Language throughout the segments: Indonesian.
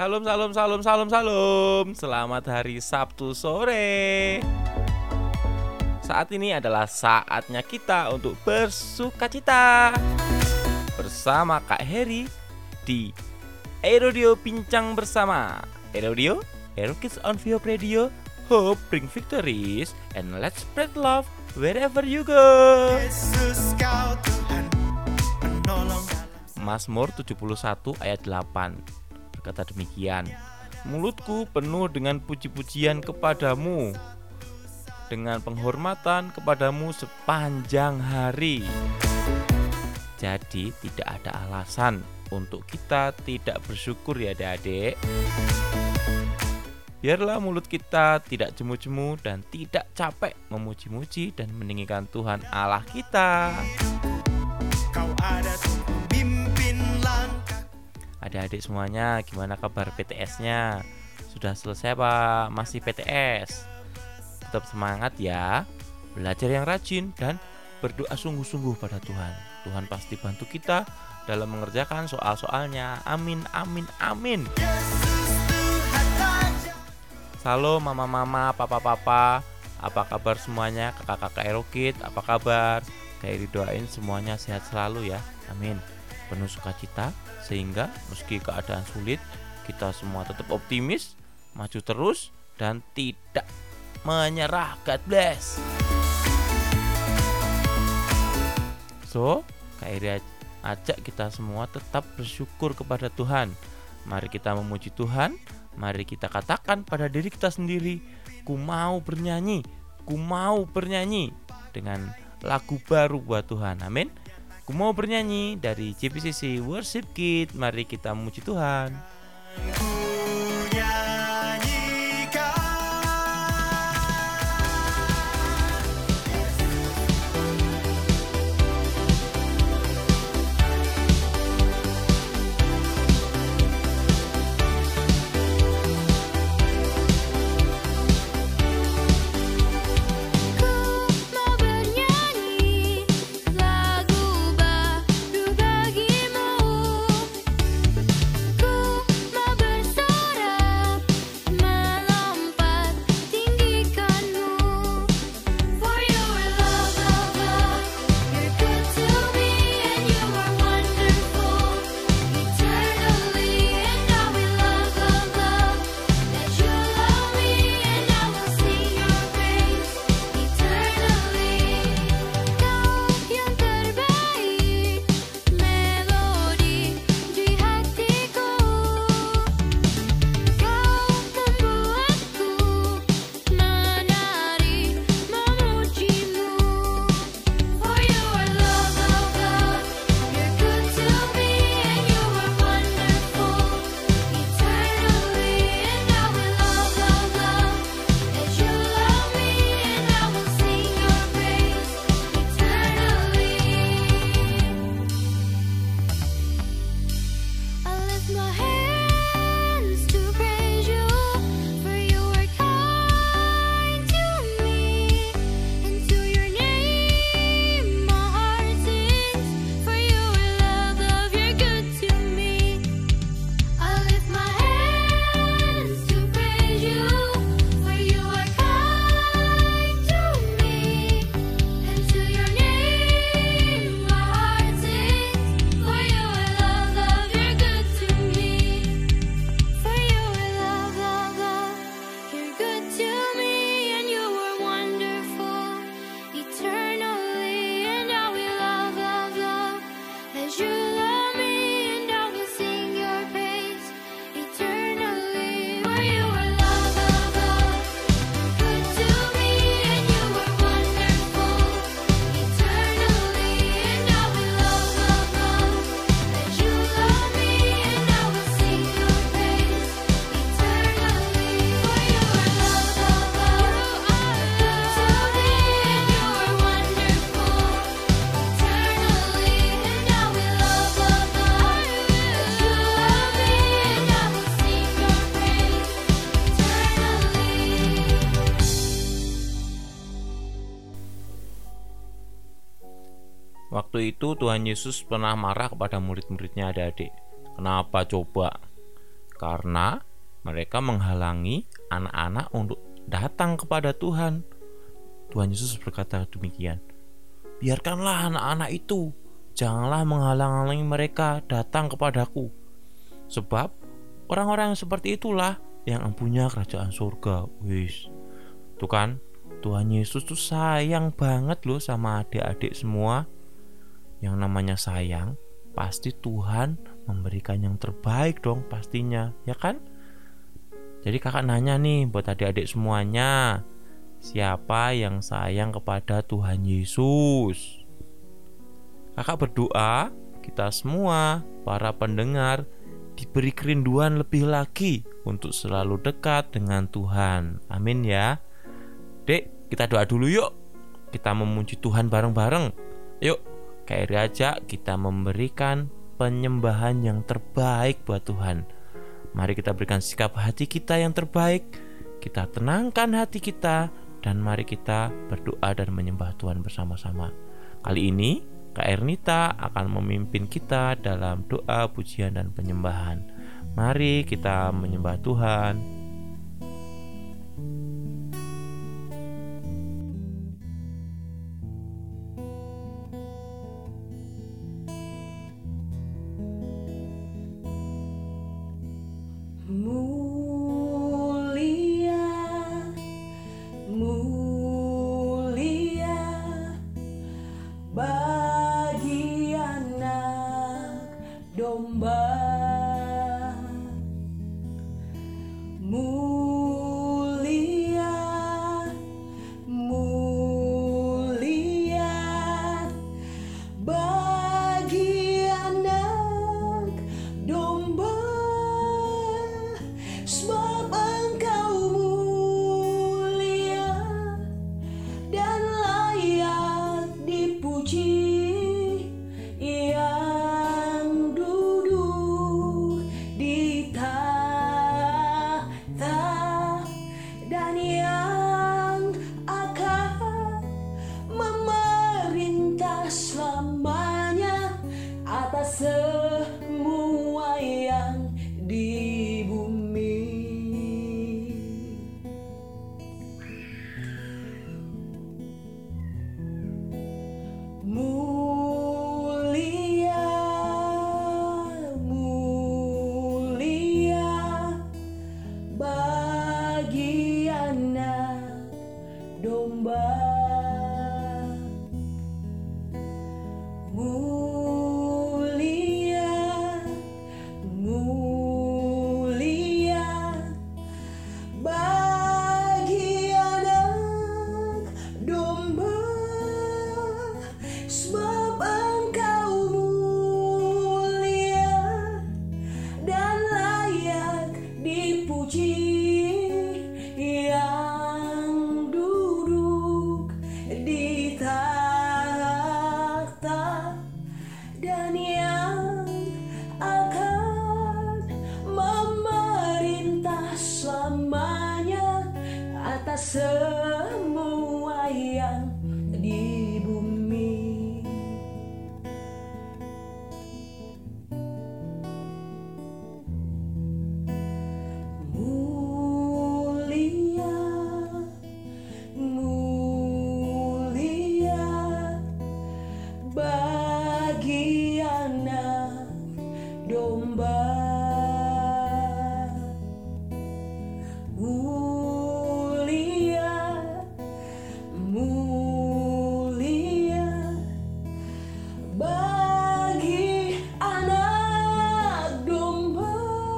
Salam, salam, salam, salam, salam. Selamat hari Sabtu sore. Saat ini adalah saatnya kita untuk bersukacita bersama Kak Heri di Aerodio Bincang Bersama. Aerodio, Aero Kids on Viop Radio. Hope bring victories and let's spread love wherever you go. Yesus kau Tuhan penolong. Mazmur 71 ayat 8 berkata demikian, mulutku penuh dengan puji-pujian kepadamu, dengan penghormatan kepadamu sepanjang hari. Jadi tidak ada alasan untuk kita tidak bersyukur ya adik-adik. Biarlah mulut kita tidak jemu-jemu dan tidak capek memuji-muji dan meninggikan Tuhan Allah kita. Kau ada untuk pimpin langkah. Adik-adik semuanya, gimana kabar PTS-nya? Sudah selesai apa masih PTS? Tetap semangat ya, belajar yang rajin dan berdoa sungguh-sungguh pada Tuhan. Tuhan pasti bantu kita dalam mengerjakan soal-soalnya. Amin, amin, amin. Yesus Tuhan Raja. Salam mama-mama, papa-papa, apa kabar semuanya? Kakak-kakak Aerokid, apa kabar? Kayak didoain semuanya sehat selalu ya, amin. Penuh sukacita, sehingga meski keadaan sulit, kita semua tetap optimis, maju terus, dan tidak menyerah. God bless. So, Kak Eri ajak kita semua tetap bersyukur kepada Tuhan. Mari kita memuji Tuhan. Mari kita katakan pada diri kita sendiri, ku mau bernyanyi dengan lagu baru buat Tuhan. Amin. Ku mau bernyanyi dari JPCC Worship Kid. Mari kita memuji Tuhan. Ku nyanyikan. Mau bernyanyi lagu baru bagimu. Ku mau bersorak melompat tinggikanmu. For you are love, love, love. You're good to me and you are wonderful. Eternally and I will love, love, love. That you love me and I will sing your praise. Eternally, kau yang terbaik, melodi di hatiku. Kau membuatku menari memujimu. For you are love, love, love. You're good to me and you are wonderful. Eternally and I will love, love, love. That you love me and I will sing your praise. Eternally, I lift my hands to praise you, for you are kind to me, and to your name my heart sings. For you are love, love, you're good to me. I lift my hands to praise you, for you are kind to me, and to your name my heart sings. For you are love, love, you're good to me. For you are love, love, love, you're good to me, and you are wonderful. Eternally, and I will love, love, love. As you love me, and I will sing your praise. Eternally, for you are love, love, love. Good to me, and you are wonderful. Eternally, and I will love, love, love. As you love me, and I will sing your praise. Eternally, for you are love, love, love. Good to me, and you are wonderful. Eternally, and I will love, love, love. As you love me, and I will sing your praise. Eternally. Waktu itu Tuhan Yesus pernah marah kepada murid-muridnya adik-adik. Kenapa coba? karena mereka menghalangi anak-anak untuk datang kepada Tuhan. Tuhan Yesus berkata demikian, biarkanlah anak-anak itu, janganlah menghalang-halangi mereka datang kepadaku, sebab orang-orang yang seperti itulah yang empunya kerajaan surga. Wis, tuh kan, Tuhan Yesus tuh sayang banget loh sama adik-adik semua. Yang namanya sayang, pasti Tuhan memberikan yang terbaik dong pastinya, ya kan? Jadi kakak nanya nih buat adik-adik semuanya, siapa yang sayang kepada Tuhan Yesus? Kakak berdoa kita semua, para pendengar, diberi kerinduan lebih lagi untuk selalu dekat dengan Tuhan. Amin ya. Dek, kita doa dulu yuk. Kita memuji Tuhan bareng-bareng. Yuk, Kak Eri ajak kita memberikan penyembahan yang terbaik buat Tuhan. Mari kita berikan sikap hati kita yang terbaik. Kita tenangkan hati kita, dan mari kita berdoa dan menyembah Tuhan bersama-sama. Kali ini Kak Ernita akan memimpin kita dalam doa, pujian, dan penyembahan. Mari kita menyembah Tuhan. Mulia, mulia bagi anak domba. Mulia, mulia bagi anak domba. Sebab Engkau mulia dan layak dipuji, yang duduk di tahta dan yang akan memerintah selamanya atas semua yang di bumi. Mulia, mulia bagi anak domba. Mulia, mulia bagi anak domba. Sebab Engkau mulia dan layak dipuji, yang duduk di tahta dan yang akan memerintah selamanya atas semua yang di bumi. Mulia, mulia bagi anak domba. Mulia, mulia bagi anak domba.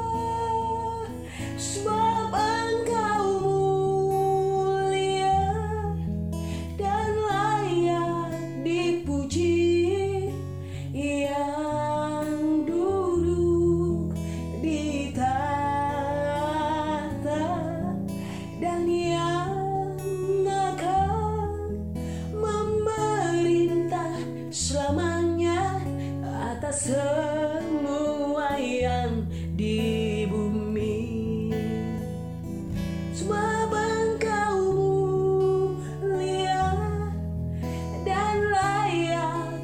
Sebab Engkau mulia dan layak dipuji, yang duduk di tahta dan yang akan memerintah selamanya atas semua yang di bumi. Sebab Engkau mulia dan layak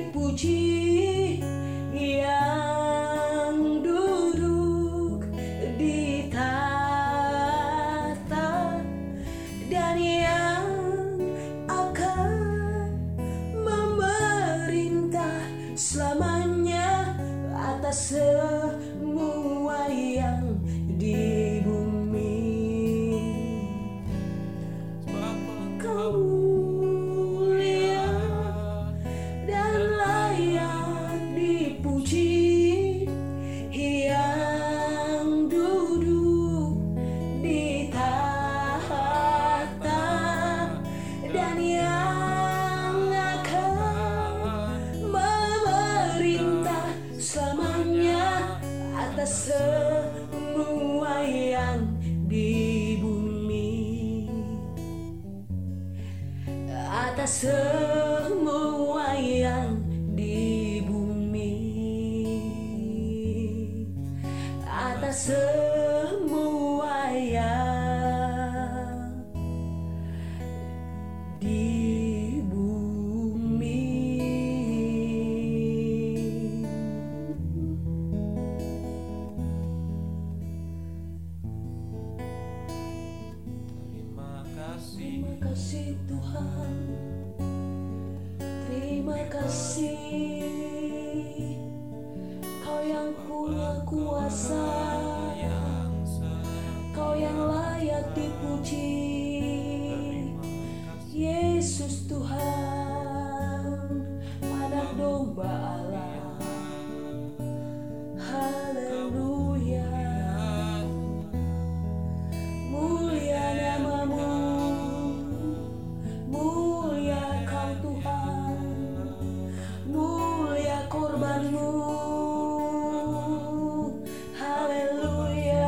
dipuji, yang duduk atas semua yang di bumi. Kau mulia dan layak dipuji, yang duduk di tahta dan yang akan memerintah selamanya atas semua yang di bumi, atas semua yang di bumi, atas semua yang di bumi. Terima kasih. Terima kasih Tuhan, terima kasih. Kau yang punya kuasa, Kau yang layak dipuji, Yesus Tuhan, anak domba Allah. Haleluya, mulia namamu, mulia Kau Tuhan, mulia korbanmu. Haleluya,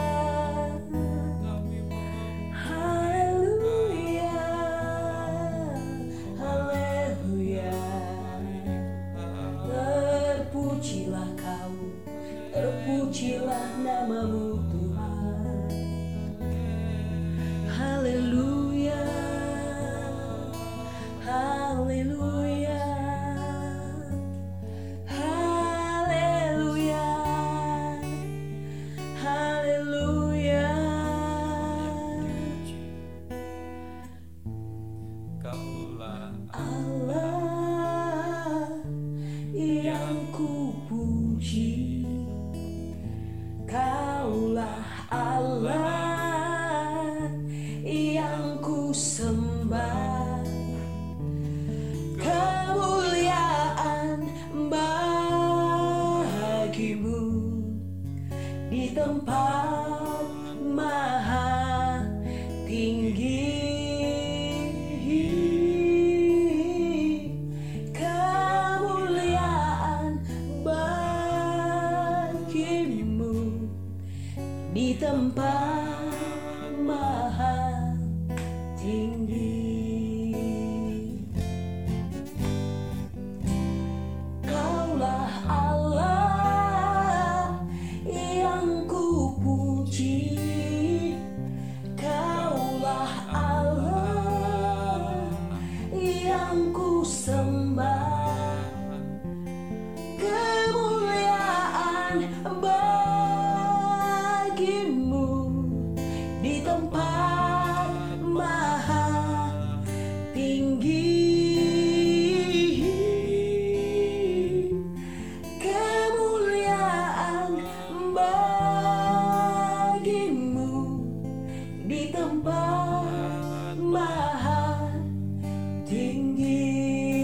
haleluya, haleluya. Terpujilah Kau, terpujilah namamu Tuhan. Haleluya, haleluya, haleluya, haleluya. Kaulah Allah yang kupuji, Kaulah Allah yang kusembah. Kemuliaan bagimu di tempat maha tinggi. Kemuliaan bagimu di tempat maha tinggi. Kaulah Allah yang kupuji, Kaulah Allah yang kusembah. Kemuliaan bagimu di tempat maha tinggi. Kemuliaan bagimu di tempat maha tinggi.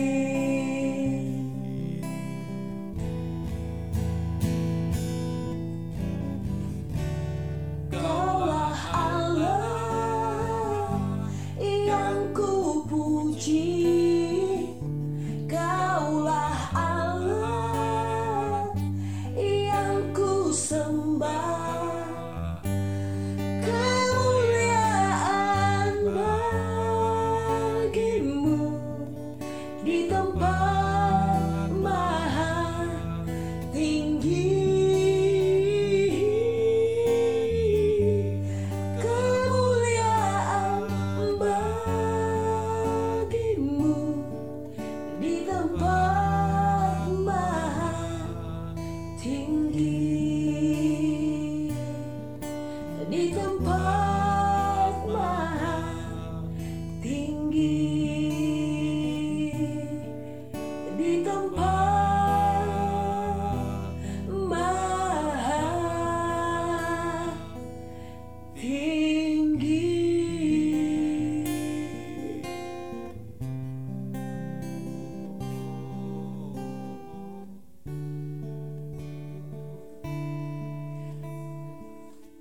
Kaulah Allah yang kupuji, Kaulah Allah yang kusembah. Kemuliaan bagimu di tempat maha tinggi. Kemuliaan bagimu di tempat maha tinggi. Di tempat maha tinggi. Di tempat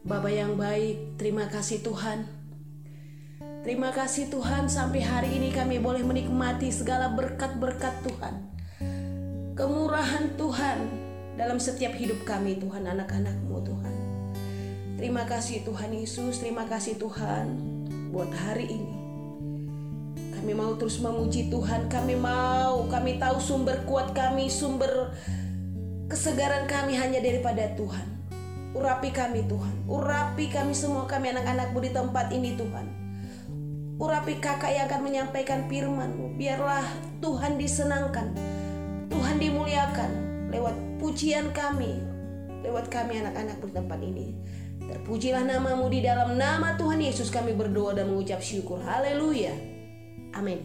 Bapa yang baik, terima kasih Tuhan. Terima kasih Tuhan, sampai hari ini kami boleh menikmati segala berkat-berkat Tuhan, kemurahan Tuhan dalam setiap hidup kami Tuhan, anak-anak-Mu Tuhan. Terima kasih Tuhan Yesus, terima kasih Tuhan buat hari ini. Kami mau terus memuji Tuhan, kami tahu sumber kuat kami, sumber kesegaran kami hanya daripada Tuhan. Urapi kami Tuhan, urapi kami semua, kami anak-anak-Mu di tempat ini Tuhan. Urapi kakak yang akan menyampaikan firman-Mu, biarlah Tuhan disenangkan, Tuhan dimuliakan lewat pujian kami, lewat kami anak-anak di tempat ini. Terpujilah nama-Mu, di dalam nama Tuhan Yesus kami berdoa dan mengucap syukur. Haleluya. Amin.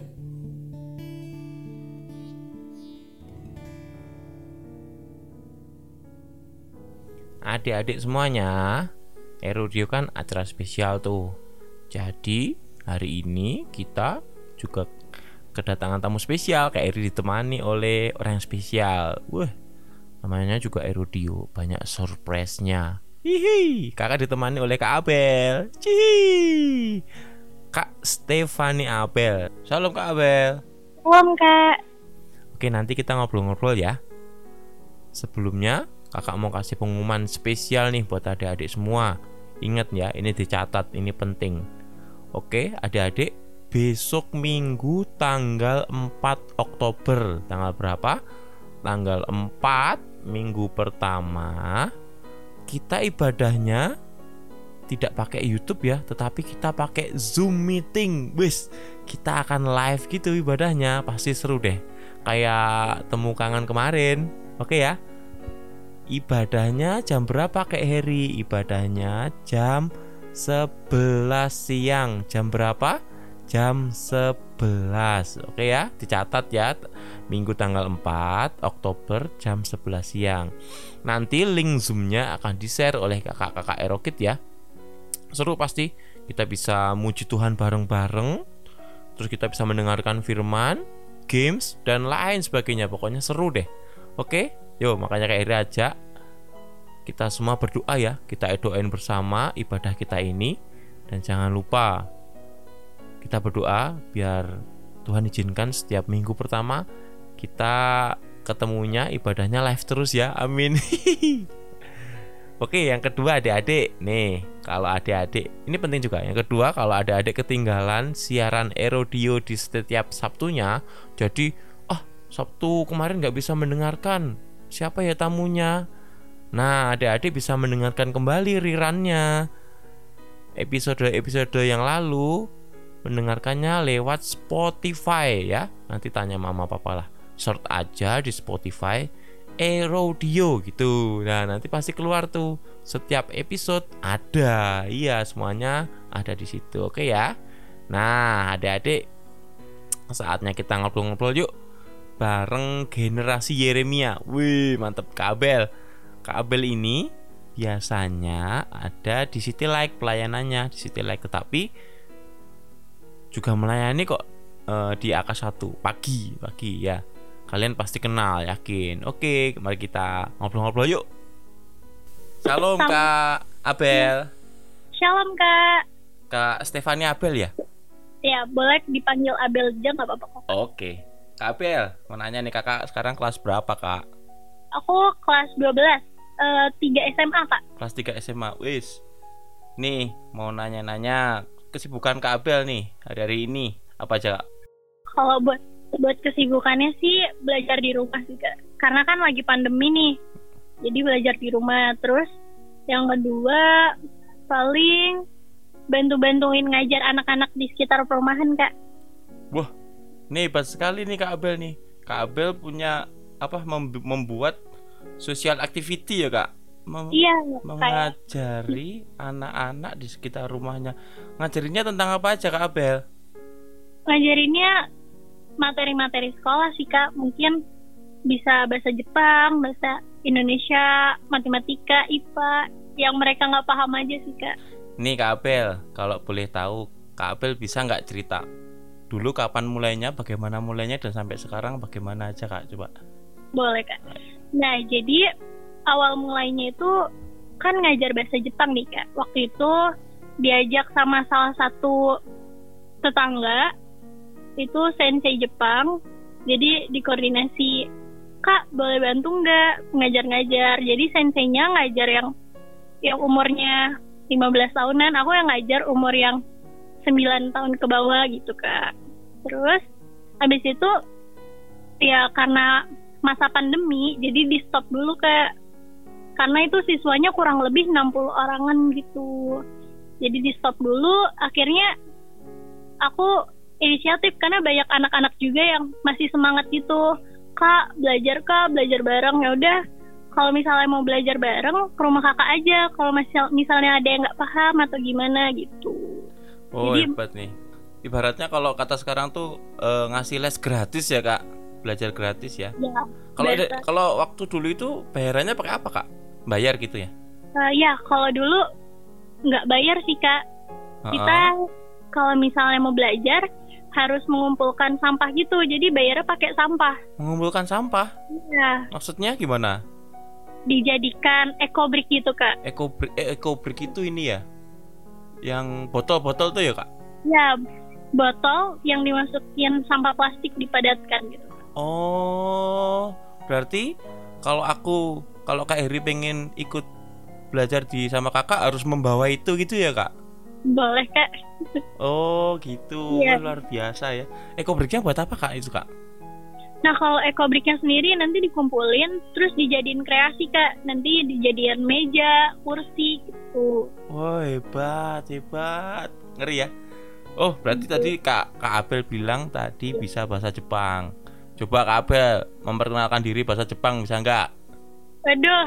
Adik-adik semuanya, Erodio kan acara spesial tuh. Jadi hari ini kita juga kedatangan tamu spesial. Kak Eri ditemani oleh orang yang spesial. Wah, namanya juga Erodio, banyak surprise-nya. Hihi, kakak ditemani oleh Kak Abel. Cihi, Kak Stefani Abel. Salam Kak Abel. Salam Kak. Oke, nanti kita ngobrol-ngobrol ya. Sebelumnya kakak mau kasih pengumuman spesial nih buat adik-adik semua. Ingat ya, ini dicatat, ini penting. Oke, adik-adik, besok Minggu tanggal 4 Oktober. Tanggal berapa? Tanggal 4, minggu pertama. Kita ibadahnya tidak pakai YouTube ya, tetapi kita pakai Zoom meeting. Wis, kita akan live gitu ibadahnya. Pasti seru deh, kayak temu kangen kemarin. Oke ya. Ibadahnya jam berapa Kak Heri? Ibadahnya jam 11 siang. Jam berapa? Jam 11. Oke ya, dicatat ya. Minggu tanggal 4 Oktober jam 11 siang. Nanti link Zoom-nya akan di-share oleh kakak-kakak Erokid ya. Seru pasti. Kita bisa muji Tuhan bareng-bareng. Terus kita bisa mendengarkan firman, games, dan lain sebagainya. Pokoknya seru deh. Oke? Yo, makanya Kak Eri ajak kita semua berdoa ya. Kita doain bersama ibadah kita ini. Dan jangan lupa kita berdoa biar Tuhan izinkan setiap minggu pertama kita ketemunya ibadahnya live terus ya. Amin. Oke, yang kedua adik-adik. Nih, kalau adik-adik, ini penting juga. Yang kedua, kalau adik-adik ketinggalan siaran Erodio di setiap Sabtunya, jadi Sabtu kemarin gak bisa mendengarkan, siapa ya tamunya? Nah, adik-adik bisa mendengarkan kembali rerunnya. Episode-episode yang lalu mendengarkannya lewat Spotify ya. Nanti tanya mama papa lah. Search aja di Spotify Erodio gitu. Nah, nanti pasti keluar tuh. Setiap episode ada. Iya, semuanya ada di situ. Oke ya. Nah, adik-adik, saatnya kita ngobrol-ngobrol yuk bareng generasi Yeremia. Wih, mantep Kak Abel. Kak Abel ini biasanya ada di City Like pelayanannya, di City Like, tetapi juga melayani kok di AK1 pagi ya. Kalian pasti kenal, yakin. Oke, mari kita ngobrol-ngobrol yuk. Salam Kak Abel. Shalom Kak. Kak Stefani Abel ya? Ya, boleh dipanggil Abel aja nggak apa-apa kok. Oke. Kak Abel, mau nanya nih, kakak sekarang kelas berapa Kak? Aku kelas 12, 3 SMA Kak. Kelas 3 SMA, wis. Nih, mau nanya-nanya kesibukan Kak Abel nih hari-hari ini apa aja Kak? Kalau buat kesibukannya sih belajar di rumah sih Kak. Karena kan lagi pandemi nih, jadi belajar di rumah. Terus yang kedua paling bantu-bantuin ngajar anak-anak di sekitar perumahan Kak. Wah, nih hebat sekali nih Kak Abel nih. Kak Abel punya membuat social activity ya Kak? Iya, Mengajari anak-anak di sekitar rumahnya. Ngajarinya tentang apa aja Kak Abel? Ngajarinnya materi-materi sekolah sih Kak. Mungkin bisa bahasa Jepang, bahasa Indonesia, matematika, IPA, yang mereka nggak paham aja sih Kak. Nih Kak Abel, kalau boleh tahu Kak Abel bisa nggak cerita dulu kapan mulainya, bagaimana mulainya, dan sampai sekarang bagaimana aja Kak, coba. Boleh Kak. Nah, jadi awal mulainya itu kan ngajar bahasa Jepang nih Kak. Waktu itu diajak sama salah satu tetangga, itu sensei Jepang. Jadi dikoordinasi, Kak boleh bantu nggak ngajar-ngajar. Jadi senseinya ngajar yang umurnya 15 tahunan, aku yang ngajar umur yang 9 tahun ke bawah gitu Kak. Terus habis itu ya karena masa pandemi jadi di stop dulu Kak. Karena itu siswanya kurang lebih 60 orangan gitu. Jadi di stop dulu, akhirnya aku inisiatif karena banyak anak-anak juga yang masih semangat gitu. Kak, belajar bareng. Ya udah, kalau misalnya mau belajar bareng ke rumah kakak aja. Kalau misalnya ada yang nggak paham atau gimana gitu. Oh, Jadi- hebat nih. Ibaratnya kalau kata sekarang tuh ngasih les gratis ya Kak, belajar gratis ya. Ya, Kalau waktu dulu itu bayarannya pakai apa Kak? Bayar gitu ya? ya kalau dulu nggak bayar sih Kak. Kita kalau misalnya mau belajar harus mengumpulkan sampah gitu. Jadi bayarnya pakai sampah. Mengumpulkan sampah? Ya, Maksudnya gimana? dijadikan ekobrik gitu Kak. Ekobrik itu ini ya? Yang botol-botol tuh ya Kak? Ya, botol yang dimasukin sampah plastik dipadatkan gitu. Oh, berarti kalau Kak Heri pengen ikut belajar sama kakak harus membawa itu gitu ya Kak? Boleh Kak. Oh gitu, Iya. luar biasa ya. Ekobriknya buat apa Kak itu Kak? Nah kalau ekobriknya sendiri nanti dikumpulin terus dijadiin kreasi Kak. Nanti dijadiin meja, kursi gitu. Wah hebat, ngeri ya. Oh berarti tadi Kak Abel bilang tadi bisa bahasa Jepang. Coba Kak Abel memperkenalkan diri bahasa Jepang bisa nggak? Waduh,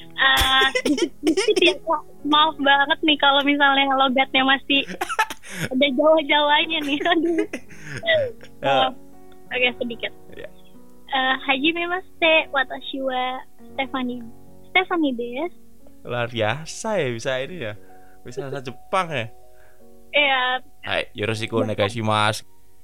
sedikit ya Kak. Maaf banget nih kalau misalnya logatnya masih ada Jawa-Jawanya nih. Aduh. Ya. Oke, sedikit. Ya. Hajime maste, watashi wa Stephanie des. Luar biasa ya bisa ini ya. Bisa bahasa Jepang ya. Ya, Hai, yoroshiku onegaishimasu.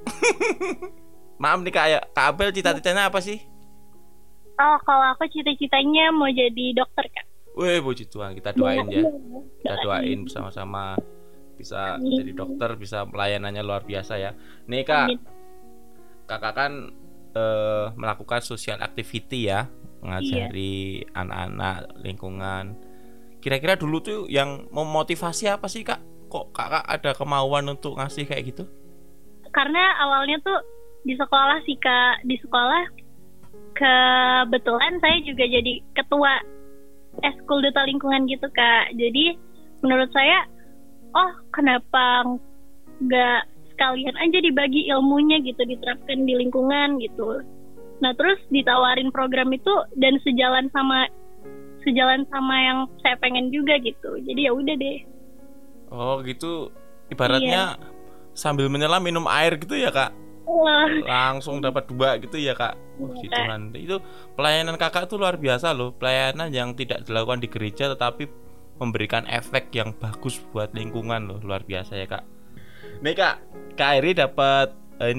Maaf nih Kak Abel cita-citanya apa sih? oh kalau aku cita-citanya mau jadi dokter Kak. Wih, puji Tuhan, kita doain ya. Kita doain Doain. bersama-sama bisa Amin. jadi dokter, bisa pelayanannya luar biasa ya. Nih Kak, Amin. Kakak kan melakukan social activity ya, mengajari anak-anak lingkungan. Kira-kira dulu tuh yang memotivasi apa sih Kak? Kok Kakak ada kemauan untuk ngasih kayak gitu? Karena awalnya tuh di sekolah sih Kak. Di sekolah kebetulan saya juga jadi ketua eskul duta lingkungan gitu Kak. Jadi menurut saya, oh kenapa nggak sekalian aja dibagi ilmunya gitu, diterapkan di lingkungan gitu. Nah terus ditawarin program itu dan sejalan sama yang saya pengen juga gitu. Jadi ya udah deh. Oh gitu, ibaratnya sambil menyelam minum air gitu ya Kak? Langsung dapat 2 gitu ya Kak. Puji Tuhan. Itu pelayanan Kakak tuh luar biasa loh. Pelayanan yang tidak dilakukan di gereja tetapi memberikan efek yang bagus buat lingkungan loh. Luar biasa ya Kak. Nih Kak Eri dapat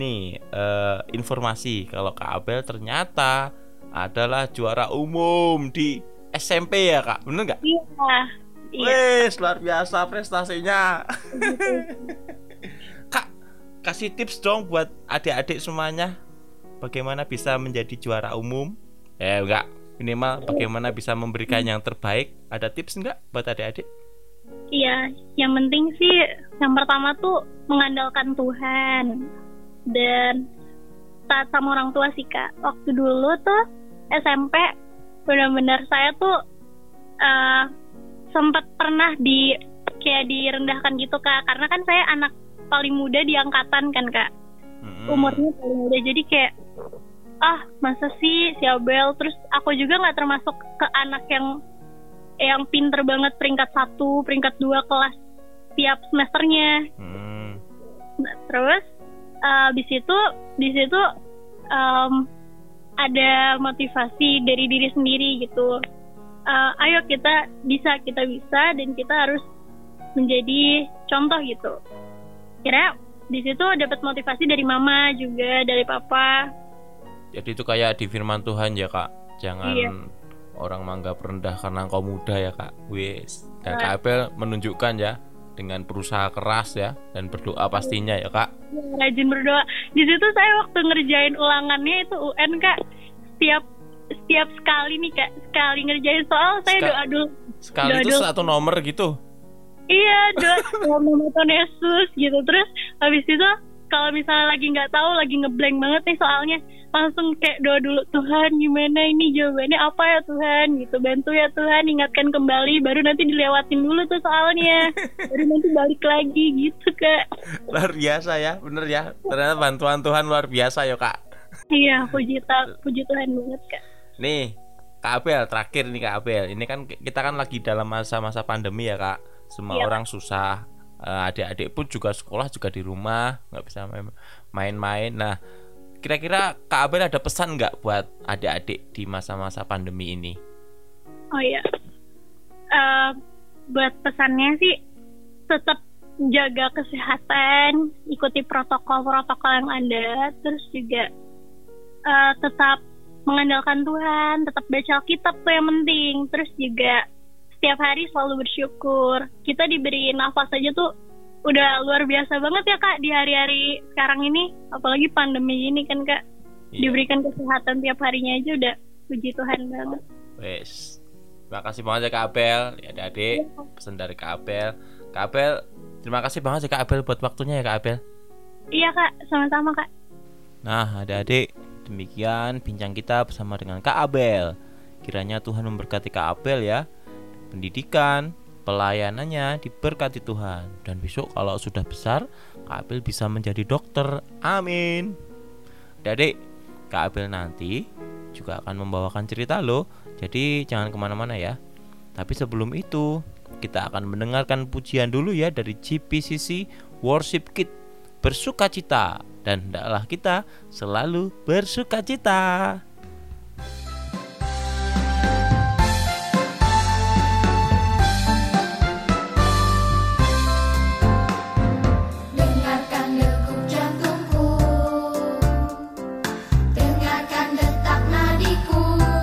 informasi kalau Kak Abel ternyata adalah juara umum di SMP ya Kak. Bener nggak? Iya. Wes, luar biasa prestasinya. Kak, kasih tips dong buat adik-adik semuanya bagaimana bisa menjadi juara umum. Enggak, minimal bagaimana bisa memberikan yang terbaik. Ada tips enggak buat adik-adik? Iya, yang penting sih yang pertama tuh mengandalkan Tuhan dan taat sama orang tua sih Kak. Waktu dulu tuh SMP benar-benar saya tuh sempat pernah direndahkan gitu Kak, karena kan saya anak paling muda di angkatan kan Kak. Umurnya paling muda, jadi kayak masa sih si Abel. Terus aku juga nggak termasuk ke anak yang pinter banget peringkat 1, peringkat 2 kelas tiap semesternya. Nah, terus di situ ada motivasi dari diri sendiri gitu. Ayo kita bisa dan kita harus menjadi contoh gitu. Kira di situ dapat motivasi dari mama juga, dari papa. Jadi itu kayak di firman Tuhan ya Kak. Jangan orang menganggap rendah karena engkau muda ya Kak. Wis. Dan Kak Abel menunjukkan ya dengan berusaha keras ya dan berdoa pastinya ya Kak. Rajin berdoa. Di situ saya waktu ngerjain ulangannya itu UN Kak, setiap sekali nih Kak, sekali ngerjain soal saya doa dulu. Sekali Doa itu dulu. satu nomor gitu. Iya, doa nama Tuhan Yesus gitu. Terus habis itu kalau misalnya lagi nggak tahu, lagi ngeblank banget nih soalnya, langsung kayak doa dulu, Tuhan gimana ini jawabannya apa ya Tuhan gitu, bantu ya Tuhan, ingatkan kembali, baru nanti dilewatin dulu tuh soalnya, baru nanti balik lagi gitu Kak. Luar biasa ya, bener ya. Ternyata bantuan Tuhan luar biasa ya Kak. Iya, puji Tuhan banget Kak. Nih Kak Abel, terakhir nih Kak Abel. Ini kan kita kan lagi dalam masa-masa pandemi ya Kak. Semua Iya. orang susah. Adik-adik pun juga sekolah juga di rumah, nggak bisa main-main. Nah, kira-kira Kak Abel ada pesan nggak buat adik-adik di masa-masa pandemi ini? Oh iya, buat pesannya sih tetap jaga kesehatan, ikuti protokol-protokol yang ada, terus juga tetap mengandalkan Tuhan, tetap baca Alkitab tuh yang penting, terus juga setiap hari selalu bersyukur. Kita diberi nafas aja tuh udah luar biasa banget ya Kak di hari-hari sekarang ini, apalagi pandemi ini kan Kak. Iya. Diberikan kesehatan tiap harinya aja udah puji Tuhan banget. Wes, terima kasih banget ya Kak Abel, ya adik-adik. Pesan dari Kak Abel. Kak Abel, terima kasih banget ya Kak Abel buat waktunya ya Kak Abel. Iya Kak, sama-sama Kak. Nah, adik-adik, demikian bincang kita bersama dengan Kak Abel. Kiranya Tuhan memberkati Kak Abel ya. Pendidikan, pelayanannya diberkati Tuhan. Dan besok kalau sudah besar, Kak Abel bisa menjadi dokter. Amin. Adik-adik, Kak Abel nanti juga akan membawakan cerita loh. Jadi jangan kemana-mana ya. Tapi sebelum itu, kita akan mendengarkan pujian dulu ya dari GPCC Worship Kit. Bersukacita, dan hendaklah kita selalu bersukacita. Dengarkan degup jantungku, dengarkan detak nadiku,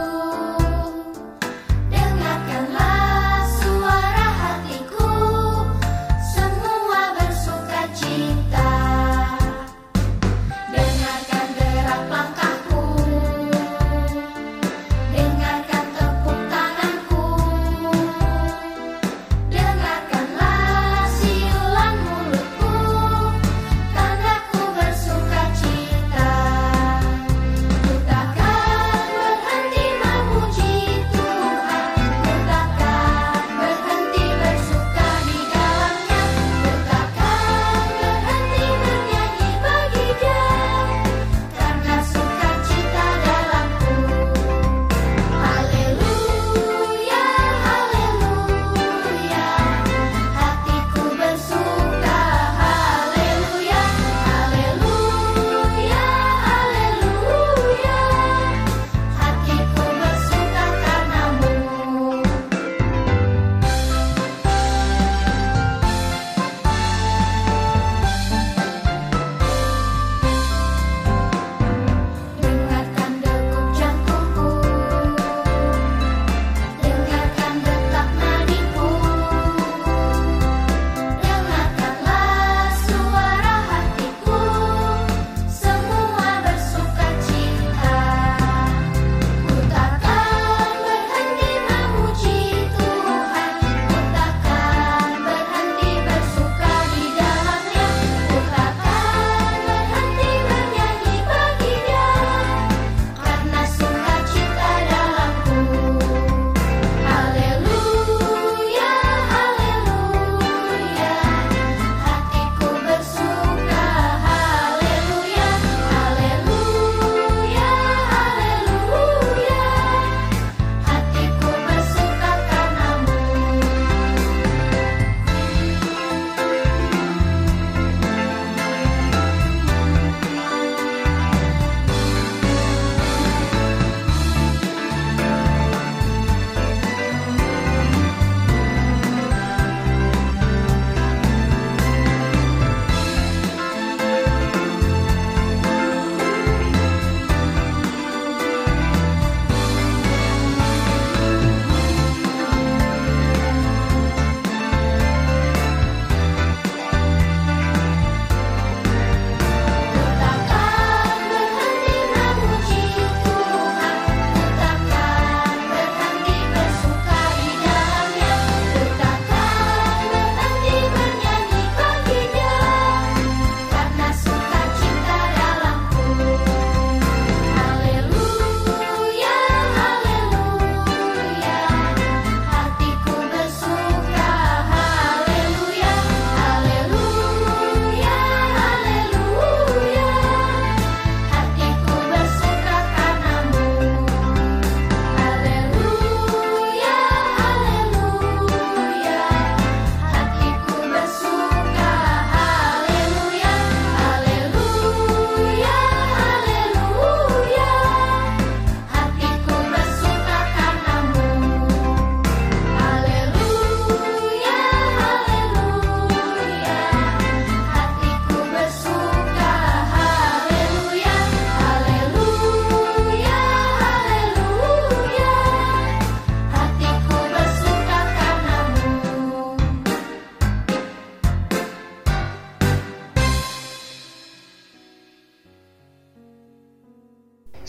dengarkanlah suara hatiku, semua bersukacita. Dengarkan gerak langkahku,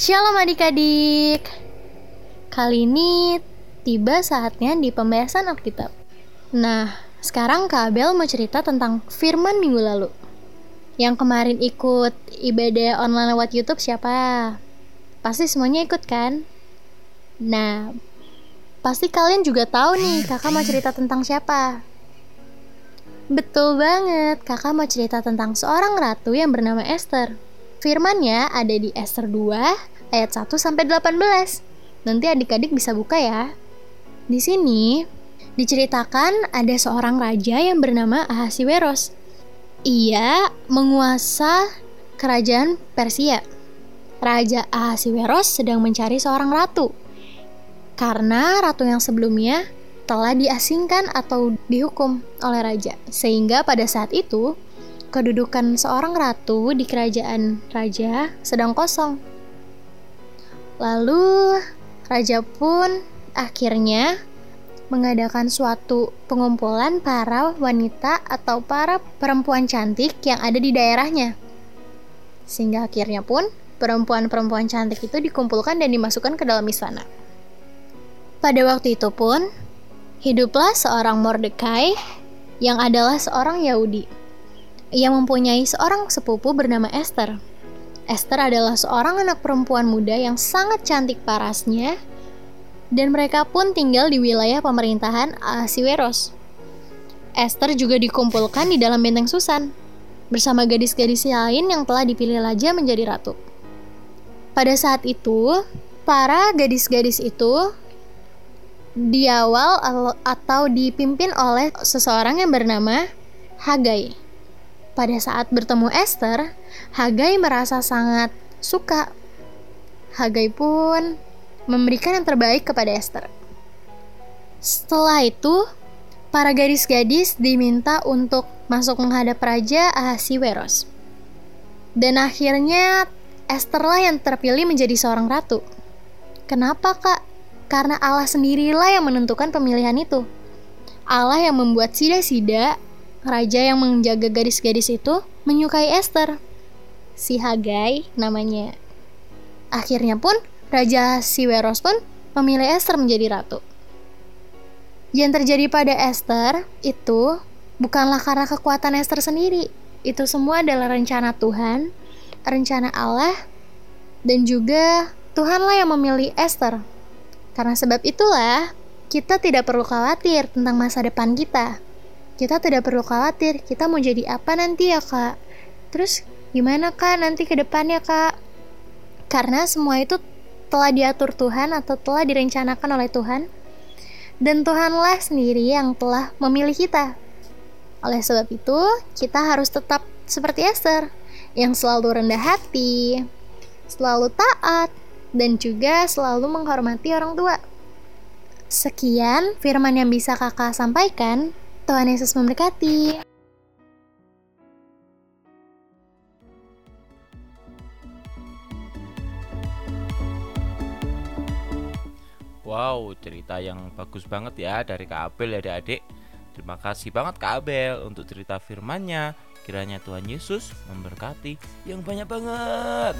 Shalom adik-adik. Kali ini tiba saatnya di pembahasan Alkitab. Nah, sekarang Kak Abel mau cerita tentang firman minggu lalu. Yang kemarin ikut ibadah online lewat YouTube siapa? Pasti semuanya ikut kan? Nah, pasti kalian juga tahu nih kakak mau cerita tentang siapa. Betul banget, kakak mau cerita tentang seorang ratu yang bernama Esther. Firmannya ada di Esther 2 ayat 1 sampai 18. Nanti adik-adik bisa buka ya. Di sini diceritakan ada seorang raja yang bernama Ahasiweros. Ia menguasa kerajaan Persia. Raja Ahasiweros sedang mencari seorang ratu. Karena ratu yang sebelumnya telah diasingkan atau dihukum oleh raja. Sehingga pada saat itu, kedudukan seorang ratu di kerajaan raja sedang kosong. Lalu, raja pun akhirnya mengadakan suatu pengumpulan para wanita atau para perempuan cantik yang ada di daerahnya. Sehingga akhirnya pun, perempuan-perempuan cantik itu dikumpulkan dan dimasukkan ke dalam istana. Pada waktu itu pun, hiduplah seorang Mordekai yang adalah seorang Yahudi. Ia mempunyai seorang sepupu bernama Esther. Esther adalah seorang anak perempuan muda yang sangat cantik parasnya, dan mereka pun tinggal di wilayah pemerintahan Ahasiweros. Esther juga dikumpulkan di dalam benteng Susan, bersama gadis-gadis lain yang telah dipilih raja menjadi ratu. Pada saat itu, para gadis-gadis itu diawal atau dipimpin oleh seseorang yang bernama Hagai. Pada saat bertemu Esther, Hagai merasa sangat suka. Hagai pun memberikan yang terbaik kepada Esther. Setelah itu, para gadis-gadis diminta untuk masuk menghadap Raja Ahasiweros. Dan akhirnya Estherlah yang terpilih menjadi seorang ratu. Kenapa, Kak? Karena Allah sendirilah yang menentukan pemilihan itu. Allah yang membuat sida-sida, raja yang menjaga gadis-gadis itu, menyukai Esther. Si Hagai namanya. Akhirnya pun, Raja Ahasiweros pun memilih Esther menjadi ratu. Yang terjadi pada Esther itu bukanlah karena kekuatan Esther sendiri. Itu semua adalah rencana Tuhan, rencana Allah, dan juga Tuhanlah yang memilih Esther. Karena sebab itulah, kita tidak perlu khawatir tentang masa depan kita. Kita tidak perlu khawatir, kita mau jadi apa nanti ya, Kak? Terus, gimana, Kak, nanti ke depannya, Kak? Karena semua itu telah diatur Tuhan atau telah direncanakan oleh Tuhan. Dan Tuhanlah sendiri yang telah memilih kita. Oleh sebab itu, kita harus tetap seperti Esther, yang selalu rendah hati, selalu taat, dan juga selalu menghormati orang tua. Sekian firman yang bisa kakak sampaikan. Tuhan Yesus memberkati. Wow, cerita yang bagus banget ya dari Kak Abel ya adik-adik. Terima kasih banget Kak Abel untuk cerita firman-Nya. Kiranya Tuhan Yesus memberkati yang banyak banget.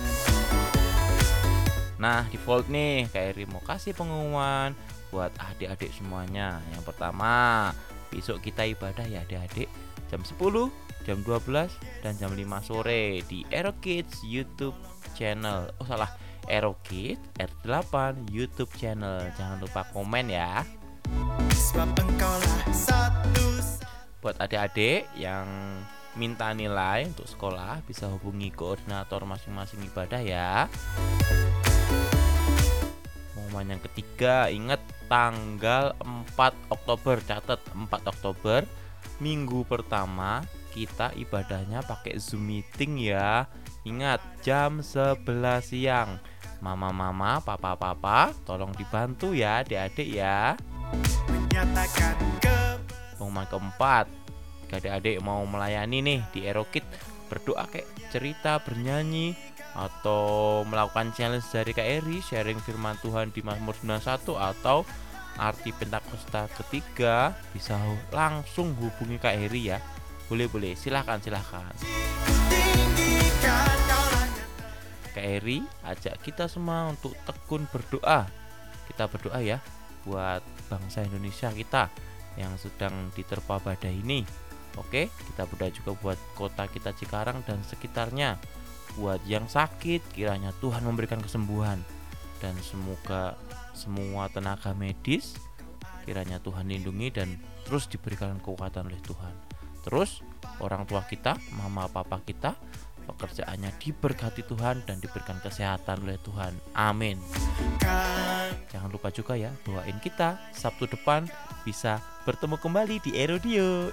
Nah, default nih, Kak Eri mau kasih pengumuman buat adik-adik semuanya. Yang pertama, besok kita ibadah ya adik-adik, jam 10, jam 12, dan jam 5 sore di Aero Kids YouTube channel. Oh salah, Aero Kids R8 YouTube channel. Jangan lupa komen ya. Sebab engkaulah satu. Buat adik-adik yang minta nilai untuk sekolah, bisa hubungi koordinator masing-masing ibadah ya. Pengumuman yang ketiga, ingat tanggal 4 Oktober, catat 4 Oktober, minggu pertama kita ibadahnya pakai Zoom meeting ya. Ingat jam 11 siang. Mama-mama, papa-papa, tolong dibantu ya adik-adik ya. Menyatakan ke Pengumuman keempat, jika adik-adik mau melayani nih di Aero Kids, berdoa kayak cerita, bernyanyi, atau melakukan challenge dari Kak Eri, sharing firman Tuhan di Mazmur 91 atau arti Pentakosta ketiga, bisa langsung hubungi Kak Eri ya. Boleh, silahkan. tinggikan kau langit. Kak Eri ajak kita semua untuk tekun berdoa. Kita berdoa ya buat bangsa Indonesia kita yang sedang diterpa badai ini. Oke, kita berdoa juga buat kota kita Cikarang dan sekitarnya. Buat yang sakit, kiranya Tuhan memberikan kesembuhan. Dan semoga semua tenaga medis kiranya Tuhan lindungi dan terus diberikan kekuatan oleh Tuhan. Terus orang tua kita, mama papa kita, pekerjaannya diberkati Tuhan dan diberikan kesehatan oleh Tuhan. Amin. Jangan lupa juga ya, doain kita Sabtu depan bisa bertemu kembali di Aerodio.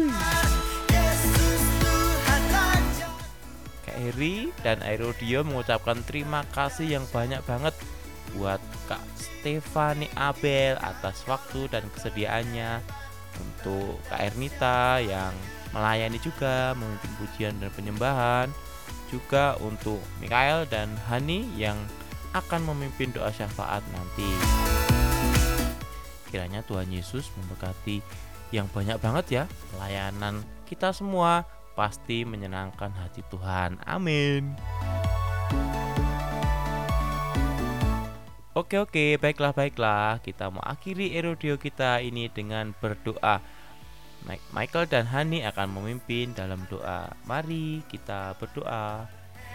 Kak Eri dan Aerodio mengucapkan terima kasih yang banyak banget buat Kak Stefani Abel atas waktu dan kesediaannya, untuk Kak Ernita yang melayani juga, memimpin pujian dan penyembahan, juga untuk Mikael dan Hani yang akan memimpin doa syafaat nanti. Kiranya Tuhan Yesus memberkati yang banyak banget ya. Pelayanan kita semua pasti menyenangkan hati Tuhan. Amin. Oke, baiklah. Kita mau akhiri Aerodio kita ini dengan berdoa. Michael dan Hani akan memimpin dalam doa. Mari kita berdoa.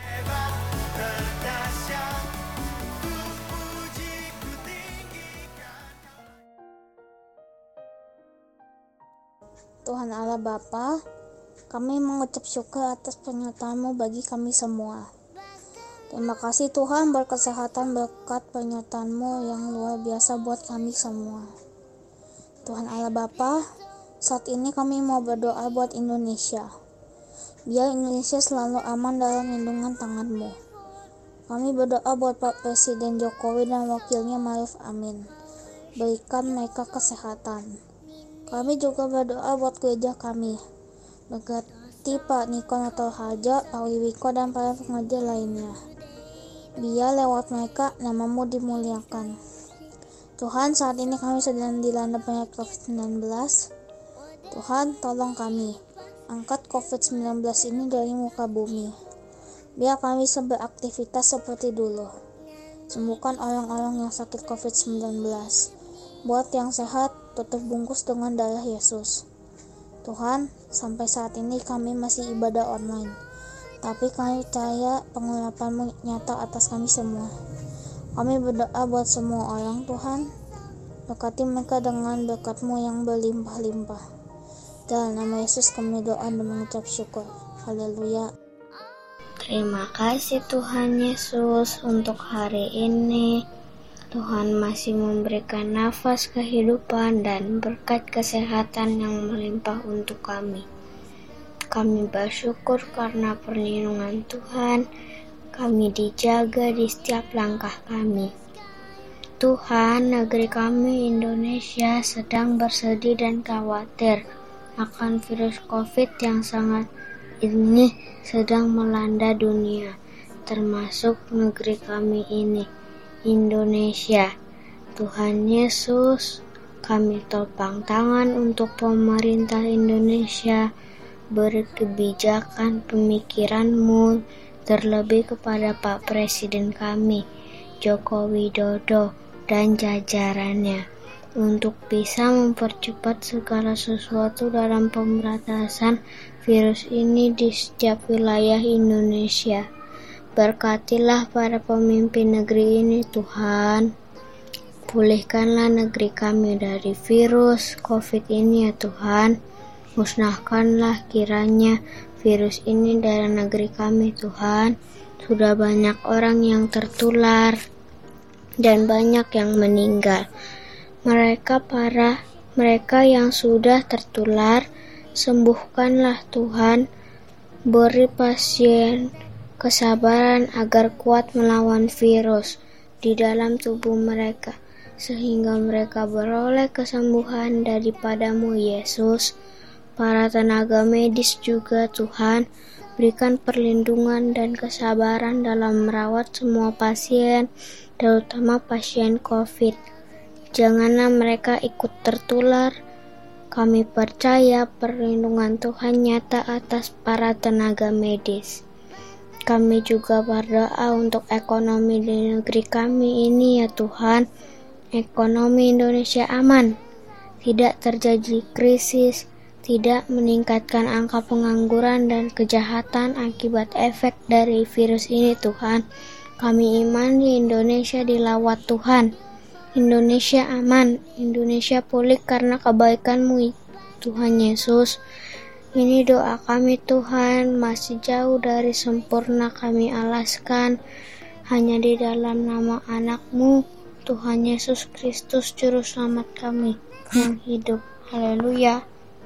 Tuhan Allah Bapa, kami mengucap syukur atas penyertaan-Mu bagi kami semua. Terima kasih Tuhan berkesehatan berkat penyertaan-Mu yang luar biasa buat kami semua. Tuhan Allah Bapa, saat ini kami mau berdoa buat Indonesia. Biar Indonesia selalu aman dalam lindungan tangan-Mu. Kami berdoa buat Pak Presiden Jokowi dan wakilnya Maruf Amin. Berikan mereka kesehatan. Kami juga berdoa buat gereja kami. Berkati Pak Niko Noto Harjo, Pak Wiwiko, dan para pengajar lainnya. Biar lewat mereka nama-Mu dimuliakan. Tuhan, saat ini kami sedang dilanda penyakit COVID-19. Tuhan, tolong kami. Angkat COVID-19 ini dari muka bumi. Biar kami bisa beraktivitas seperti dulu. Sembuhkan orang-orang yang sakit COVID-19. Buat yang sehat, tutup bungkus dengan darah Yesus. Tuhan, sampai saat ini kami masih ibadah online. Tapi kami percaya pengurapan-Mu nyata atas kami semua. Kami berdoa buat semua orang, Tuhan. Berkati mereka dengan berkat-Mu yang berlimpah-limpah. Dalam nama Yesus kami doa dan mengucap syukur. Haleluya. Terima kasih Tuhan Yesus untuk hari ini. Tuhan masih memberikan nafas kehidupan dan berkat kesehatan yang melimpah untuk kami. Kami bersyukur karena perlindungan Tuhan. Kami dijaga di setiap langkah kami. Tuhan, negeri kami Indonesia sedang bersedih dan khawatir akan virus COVID yang sangat ini sedang melanda dunia, termasuk negeri kami ini, Indonesia. Tuhan Yesus, kami topang tangan untuk pemerintah Indonesia, beri kebijakan pemikiran-Mu, terlebih kepada Pak Presiden kami, Joko Widodo, dan jajarannya, untuk bisa mempercepat segala sesuatu dalam pemberantasan virus ini di setiap wilayah Indonesia. Berkatilah para pemimpin negeri ini Tuhan. Pulihkanlah negeri kami dari virus COVID ini ya Tuhan. Musnahkanlah kiranya virus ini dari negeri kami Tuhan. Sudah banyak orang yang tertular dan banyak yang meninggal. Mereka yang sudah tertular, sembuhkanlah Tuhan. Beri pasien kesabaran agar kuat melawan virus di dalam tubuh mereka, sehingga mereka beroleh kesembuhan daripada-Mu Yesus. Para tenaga medis juga Tuhan, berikan perlindungan dan kesabaran dalam merawat semua pasien, terutama pasien COVID. Janganlah mereka ikut tertular. Kami percaya perlindungan Tuhan nyata atas para tenaga medis. Kami juga berdoa untuk ekonomi di negeri kami ini ya Tuhan. Ekonomi Indonesia aman, tidak terjadi krisis, tidak meningkatkan angka pengangguran dan kejahatan akibat efek dari virus ini Tuhan. Kami iman di Indonesia dilawat Tuhan. Indonesia aman, Indonesia pulih karena kebaikan-Mu Tuhan Yesus. Ini doa kami Tuhan, masih jauh dari sempurna kami alaskan, hanya di dalam nama anak-Mu, Tuhan Yesus Kristus Juru Selamat kami yang hidup. Haleluya.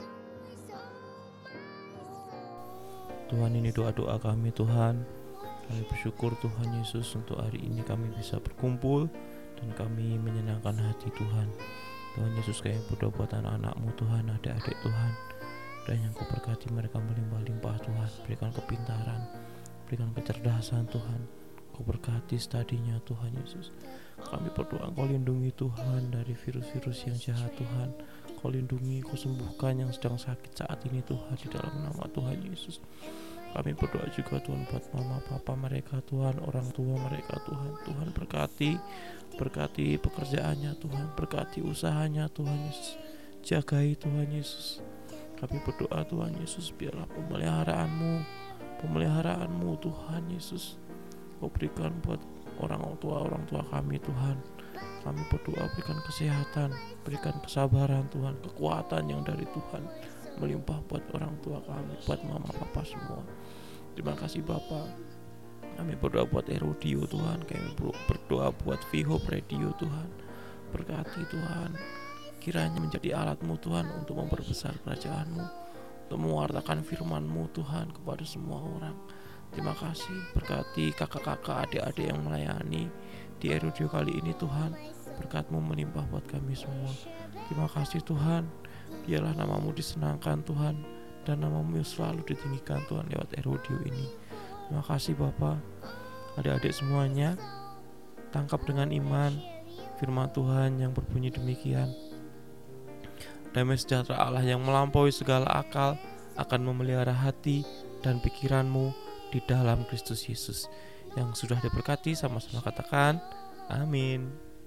Tuhan, ini doa-doa kami Tuhan. Kami bersyukur Tuhan Yesus untuk hari ini kami bisa berkumpul dan kami menyenangkan hati Tuhan. Tuhan Yesus, kami berdoa buat anak-anak-Mu Tuhan, adik-adik Tuhan, dan yang Kau berkati mereka melimpah-limpah Tuhan. Berikan kepintaran, berikan kecerdasan Tuhan. Kau berkati studinya Tuhan Yesus. Kami berdoa Kau lindungi Tuhan dari virus-virus yang jahat Tuhan. Kau lindungi, Kau sembuhkan yang sedang sakit saat ini Tuhan, di dalam nama Tuhan Yesus. Kami berdoa juga Tuhan buat mama papa mereka Tuhan, orang tua mereka Tuhan. Tuhan berkati pekerjaannya Tuhan, berkati usahanya Tuhan Yesus. Jagai Tuhan Yesus. Kami berdoa Tuhan Yesus, biarlah pemeliharaanmu Tuhan Yesus Kau berikan buat orang tua kami Tuhan. Kami berdoa berikan kesehatan, berikan kesabaran Tuhan, kekuatan yang dari Tuhan melimpah buat orang tua kami, buat mama papa semua. Terima kasih Bapa. Kami berdoa buat Erodio Tuhan, kami berdoa buat V-Hope Radio Tuhan. Berkati Tuhan, kiranya menjadi alat-Mu Tuhan untuk memperbesar kerajaan-Mu, untuk mewartakan firman-Mu Tuhan kepada semua orang. Terima kasih, berkati kakak-kakak, adik-adik yang melayani di Erodio kali ini Tuhan. Berkat-Mu melimpah buat kami semua. Terima kasih Tuhan, biarlah nama-Mu disenangkan Tuhan, dan nama-Mu selalu ditinggikan Tuhan lewat Erodio ini. Terima kasih Bapa. Adik-adik semuanya, tangkap dengan iman firman Tuhan yang berbunyi demikian. Damai sejahtera Allah yang melampaui segala akal akan memelihara hati dan pikiranmu di dalam Kristus Yesus. Yang sudah diberkati sama-sama katakan amin.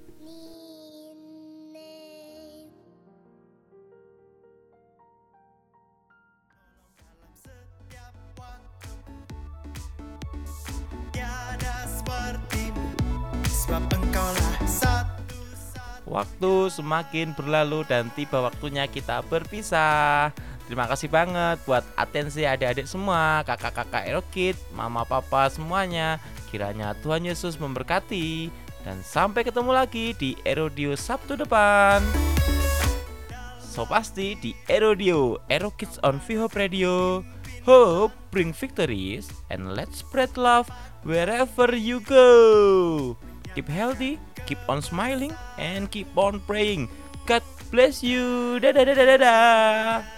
Tiada sepertimu, sebab Engkaulah satu. Waktu semakin berlalu dan tiba waktunya kita berpisah. Terima kasih banget buat atensi adik-adik semua, kakak-kakak Erokid, mama papa semuanya. Kiranya Tuhan Yesus memberkati. Dan sampai ketemu lagi di Erodio Sabtu depan. So pasti di Erodio, Erokids on V-Hope Radio. Hope bring victories and let's spread love wherever you go. Keep healthy, keep on smiling, and keep on praying. God bless you. Dadah.